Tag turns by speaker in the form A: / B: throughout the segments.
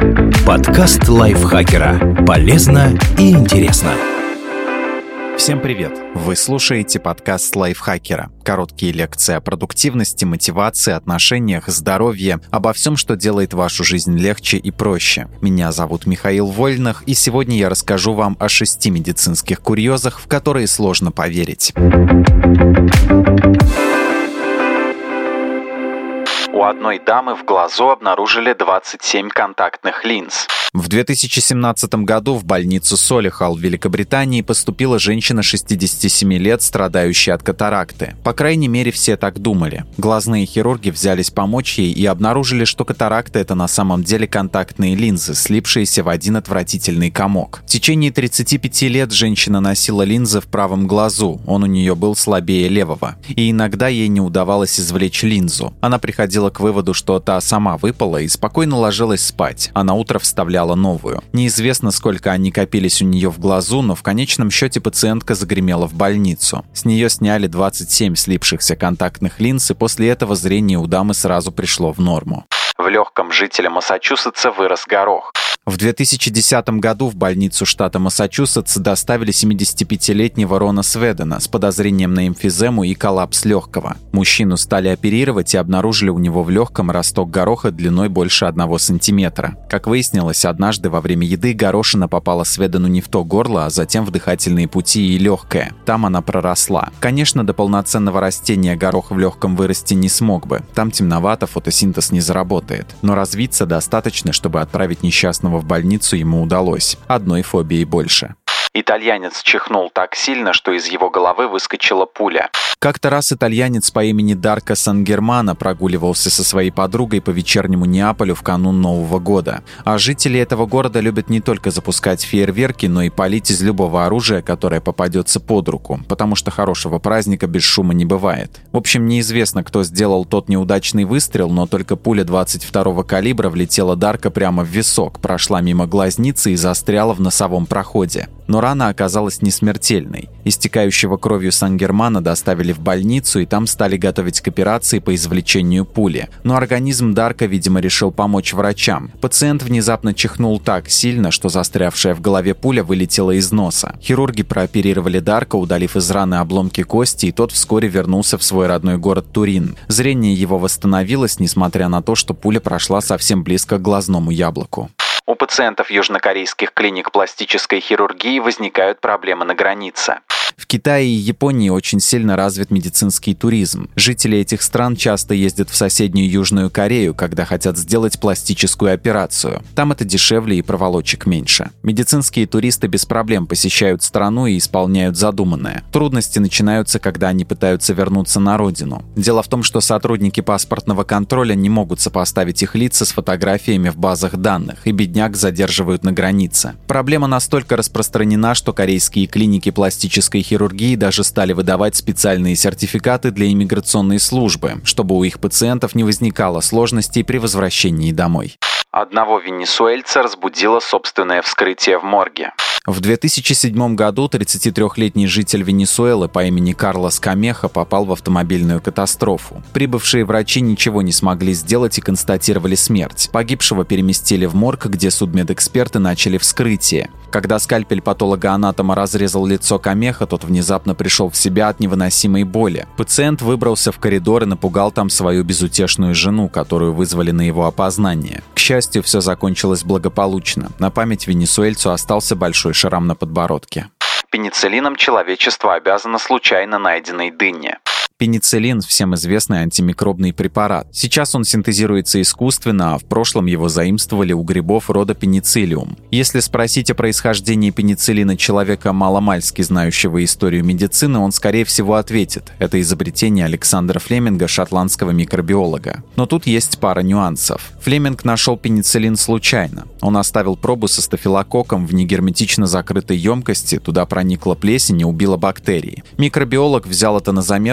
A: Подкаст лайфхакера. Полезно и интересно.
B: Всем привет! Вы слушаете подкаст лайфхакера. Короткие лекции о продуктивности, мотивации, отношениях, здоровье, обо всем, что делает вашу жизнь легче и проще. Меня зовут Михаил Вольных, и сегодня я расскажу вам о 6 медицинских курьезах, в которые сложно поверить. У одной дамы в глазу обнаружили 27 контактных линз. В 2017 году в больницу Солихал в Великобритании поступила женщина 67 лет, страдающая от катаракты. По крайней мере, все так думали. Глазные хирурги взялись помочь ей и обнаружили, что катаракта – это на самом деле контактные линзы, слипшиеся в один отвратительный комок. В течение 35 лет женщина носила линзы в правом глазу, он у нее был слабее левого. И иногда ей не удавалось извлечь линзу. Она приходила к выводу, что та сама выпала, и спокойно ложилась спать, а на утро вставляла новую. Неизвестно, сколько они копились у нее в глазу, но в конечном счете пациентка загремела в больницу. С нее сняли 27 слипшихся контактных линз, и после этого зрение у дамы сразу пришло в норму. В легком жителя Массачусетса вырос горох. В 2010 году в больницу штата Массачусетс доставили 75-летнего Рона Сведена с подозрением на эмфизему и коллапс легкого. Мужчину стали оперировать и обнаружили у него в легком росток гороха длиной больше 1 сантиметра. Как выяснилось, однажды во время еды горошина попала Сведену не в то горло, а затем в дыхательные пути и легкое. Там она проросла. Конечно, до полноценного растения горох в легком вырасти не смог бы. Там темновато, фотосинтез не заработает. Но развиться достаточно, чтобы отправить несчастного в больницу ему удалось. Одной фобией больше. Итальянец чихнул так сильно, что из его головы выскочила пуля. Как-то раз итальянец по имени Дарко Сан-Германо прогуливался со своей подругой по вечернему Неаполю в канун Нового года. А жители этого города любят не только запускать фейерверки, но и палить из любого оружия, которое попадется под руку, потому что хорошего праздника без шума не бывает. В общем, неизвестно, кто сделал тот неудачный выстрел, но только пуля 22-го калибра влетела Дарко прямо в висок, прошла мимо глазницы и застряла в носовом проходе. Но рана оказалась не смертельной. Истекающего кровью Сан-Германо доставили в больницу, и там стали готовить к операции по извлечению пули. Но организм Дарко, видимо, решил помочь врачам. Пациент внезапно чихнул так сильно, что застрявшая в голове пуля вылетела из носа. Хирурги прооперировали Дарко, удалив из раны обломки кости, и тот вскоре вернулся в свой родной город Турин. Зрение его восстановилось, несмотря на то, что пуля прошла совсем близко к глазному яблоку. У пациентов южнокорейских клиник пластической хирургии возникают проблемы на границе. В Китае и Японии очень сильно развит медицинский туризм. Жители этих стран часто ездят в соседнюю Южную Корею, когда хотят сделать пластическую операцию. Там это дешевле и проволочек меньше. Медицинские туристы без проблем посещают страну и исполняют задуманное. Трудности начинаются, когда они пытаются вернуться на родину. Дело в том, что сотрудники паспортного контроля не могут сопоставить их лица с фотографиями в базах данных, и бедняк задерживают на границе. Проблема настолько распространена, что корейские клиники пластической хирургии даже стали выдавать специальные сертификаты для иммиграционной службы, чтобы у их пациентов не возникало сложностей при возвращении домой. Одного венесуэльца разбудило собственное вскрытие в морге. В 2007 году 33-летний житель Венесуэлы по имени Карлос Камеха попал в автомобильную катастрофу. Прибывшие врачи ничего не смогли сделать и констатировали смерть. Погибшего переместили в морг, где судмедэксперты начали вскрытие. Когда скальпель патологоанатома разрезал лицо Камеха, тот внезапно пришел в себя от невыносимой боли. Пациент выбрался в коридор и напугал там свою безутешную жену, которую вызвали на его опознание. К счастью, все закончилось благополучно. На память венесуэльцу остался большой шрам на подбородке. Пенициллином человечество обязано случайно найденной дыне. Пенициллин – всем известный антимикробный препарат. Сейчас он синтезируется искусственно, а в прошлом его заимствовали у грибов рода пенициллиум. Если спросить о происхождении пенициллина человека, маломальски знающего историю медицины, он, скорее всего, ответит – это изобретение Александра Флеминга, шотландского микробиолога. Но тут есть пара нюансов. Флеминг нашел пенициллин случайно. Он оставил пробу со стафилококком в негерметично закрытой емкости, туда проникла плесень и убила бактерии. Микробиолог взял это на заметку и с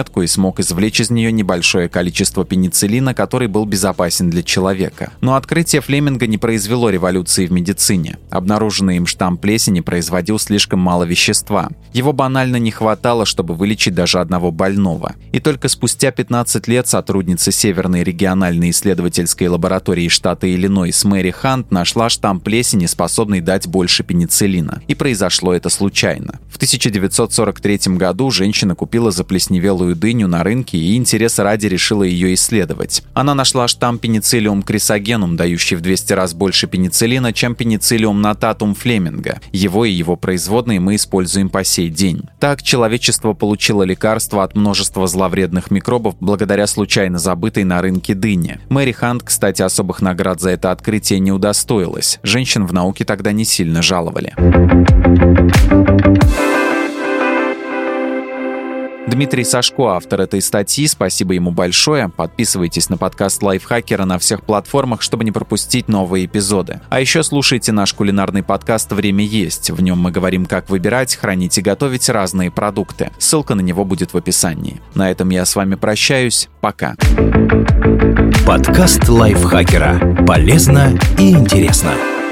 B: смог извлечь из нее небольшое количество пенициллина, который был безопасен для человека. Но открытие Флеминга не произвело революции в медицине. Обнаруженный им штамм плесени производил слишком мало вещества. Его банально не хватало, чтобы вылечить даже одного больного. И только спустя 15 лет сотрудница Северной региональной исследовательской лаборатории штата Иллинойс Мэри Хант нашла штамм плесени, способный дать больше пенициллина. И произошло это случайно. В 1943 году женщина купила заплесневелую дыню на рынке и интереса ради решила ее исследовать. Она нашла штамм Penicillium chrysogenum, дающий в 200 раз больше пенициллина, чем Penicillium notatum Флеминга. Его и его производные мы используем по сей день. Так, человечество получило лекарство от множества зловредных микробов благодаря случайно забытой на рынке дыне. Мэри Хант, кстати, особых наград за это открытие не удостоилась. Женщин в науке тогда не сильно жаловали. Дмитрий Сашко, автор этой статьи, спасибо ему большое. Подписывайтесь на подкаст Лайфхакера на всех платформах, чтобы не пропустить новые эпизоды. А еще слушайте наш кулинарный подкаст «Время есть». В нем мы говорим, как выбирать, хранить и готовить разные продукты. Ссылка на него будет в описании. На этом я с вами прощаюсь. Пока.
A: Подкаст Лайфхакера. Полезно и интересно.